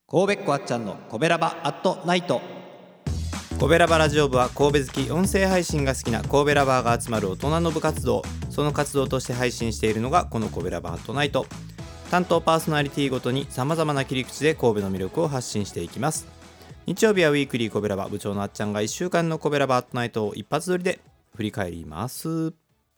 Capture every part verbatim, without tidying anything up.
神戸っ子あっちゃんのコベラバアットナイト。 コベラバラジオ部は神戸好き音声配信が好きな神戸ラバーが集まる大人の部活動。その活動として配信しているのがこのコベラバアットナイト。担当パーソナリティごとに様々な切り口で神戸の魅力を発信していきます。日曜日はウィークリーコベラバ部長のあっちゃんがいっしゅうかんのコベラバアットナイトを一発撮りで振り返ります。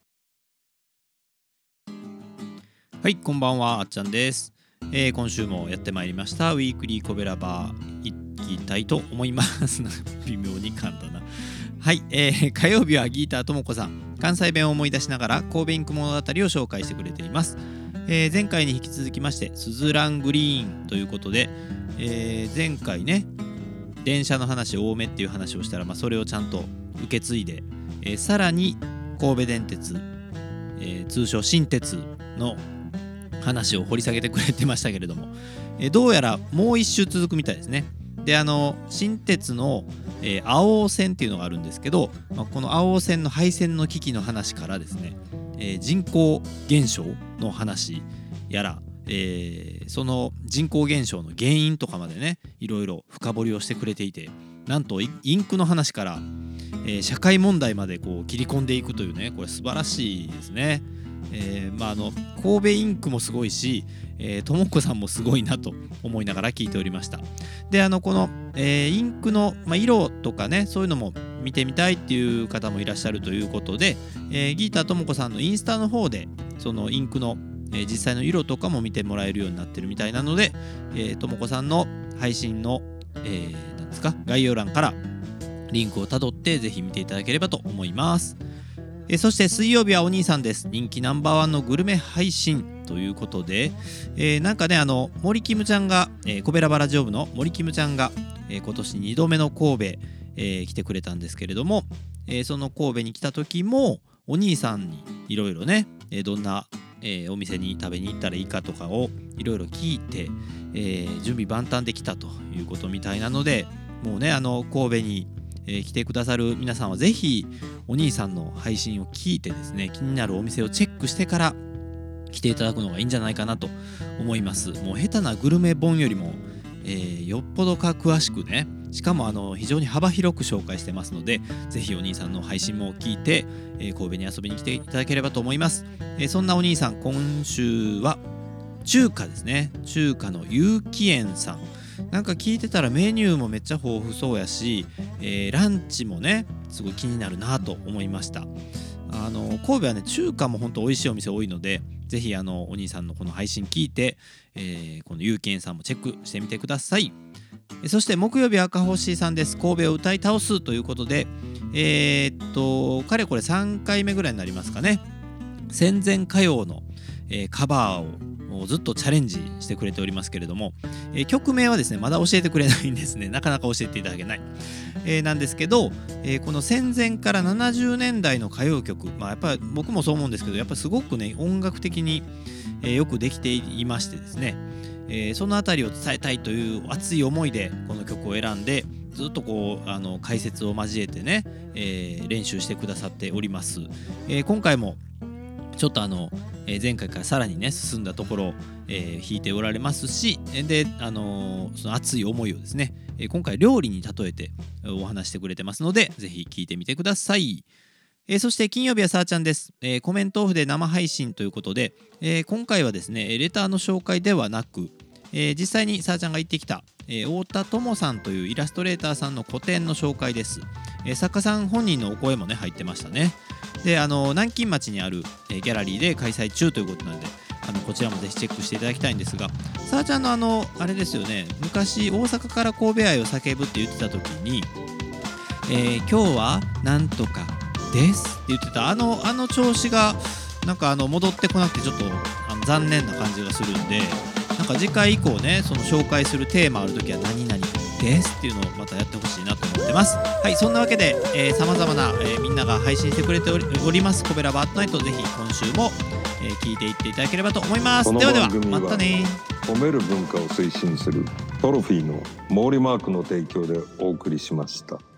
はい、こんばんは、あっちゃんです。えー、今週もやってまいりましたウィークリーコベラバー行きたいと思います微妙に噛んだな。はい、えー、火曜日はギーターともこさん、関西弁を思い出しながら神戸インク物語を紹介してくれています。えー、前回に引き続きましてスズラングリーンということで、えー、前回ね電車の話多めっていう話をしたら、まあ、それをちゃんと受け継いで、えー、さらに神戸電鉄、えー、通称新鉄の話を掘り下げてくれてましたけれども、えー、どうやらもう一周続くみたいですね。で、あの新鉄の、えー、青尾線っていうのがあるんですけど、まあ、この青尾線の廃線の危機の話からですね、えー、人口減少の話やら、えー、その人口減少の原因とかまでね、いろいろ深掘りをしてくれていて、なんとインクの話から、えー、社会問題までこう切り込んでいくというね、これ素晴らしいですね。えーまあ、あの神戸インクもすごいし、えー、ともこさんもすごいなと思いながら聞いておりました。で、あのこの、えー、インクの、まあ、色とかね、そういうのも見てみたいっていう方もいらっしゃるということで、えー、ギーターともこさんのインスタの方でそのインクの、えー、実際の色とかも見てもらえるようになってるみたいなので、えー、ともこさんの配信の、えー、なんですか概要欄からリンクをたどってぜひ見ていただければと思います。えそして水曜日はお兄さんです。人気ナンバーワンのグルメ配信ということで、えー、なんかね、あの森キムちゃんが、えー、コベラバラジオ部の森キムちゃんが、えー、今年にどめの神戸、えー、来てくれたんですけれども、えー、その神戸に来た時もお兄さんにいろいろね、えー、どんな、えー、お店に食べに行ったらいいかとかをいろいろ聞いて、えー、準備万端できたということみたいなので、もうね、あの神戸にえー、来てくださる皆さんはぜひお兄さんの配信を聞いてですね、気になるお店をチェックしてから来ていただくのがいいんじゃないかなと思います。もう下手なグルメ本よりも、えー、よっぽどか詳しくね、しかもあの非常に幅広く紹介してますので、ぜひお兄さんの配信も聞いて、えー、神戸に遊びに来ていただければと思います。えー、そんなお兄さん、今週は中華ですね。中華の有機園さん、なんか聞いてたらメニューもめっちゃ豊富そうやし、えー、ランチもねすごい気になるなと思いました。あの神戸はね中華も本当美味しいお店多いので、ぜひあのお兄さんのこの配信聞いて、えー、この有機園さんもチェックしてみてください。そして木曜日は赤星さんです。神戸を歌い倒すということで、えー、っとかれこれさんかいめぐらいになりますかね、戦前歌謡の、えー、カバーをずっとチャレンジしてくれておりますけれども、えー、曲名はですねまだ教えてくれないんですね。なかなか教えていただけない、えー、なんですけど、えー、この戦前からななじゅうねんだいの歌謡曲、まあやっぱり僕もそう思うんですけど、やっぱすごくね音楽的に、えー、よくできていましてですね、えー、そのあたりを伝えたいという熱い思いでこの曲を選んで、ずっとこうあの解説を交えてね、えー、練習してくださっております。えー、今回もちょっとあの、えー、前回からさらにね進んだところを、えー、弾いておられますし、で、あのー、その熱い思いをですね、えー、今回料理に例えてお話してくれてますので、ぜひ聞いてみてください。えー、そして金曜日はさーちゃんです。えー、コメントオフで生配信ということで、えー、今回はですねレターの紹介ではなく、えー、実際にさーちゃんが行ってきた、えー、太田智さんというイラストレーターさんの個展の紹介です。えー、作家さん本人のお声もね入ってましたね。で、あの南京町にある、えー、ギャラリーで開催中ということなので、あのこちらもぜひチェックしていただきたいんですが、さーちゃんのあのあれですよね、昔大阪から神戸愛を叫ぶって言ってた時に、えー、今日はなんとかですって言ってたあのあの調子がなんかあの戻ってこなくて、ちょっとあの残念な感じがするんで、なんか次回以降ね、その紹介するテーマあるときは何々ですっていうのをまたやってほしいなと思ってます。はい、そんなわけで、えー、様々な、えー、みんなが配信してくれてお り, おりますコベラバットナイト、ぜひ今週も、えー、聞いていっていただければと思います。ではではまたね。 褒める文化を推進するトロフィーの毛利マークの提供でお送りしました。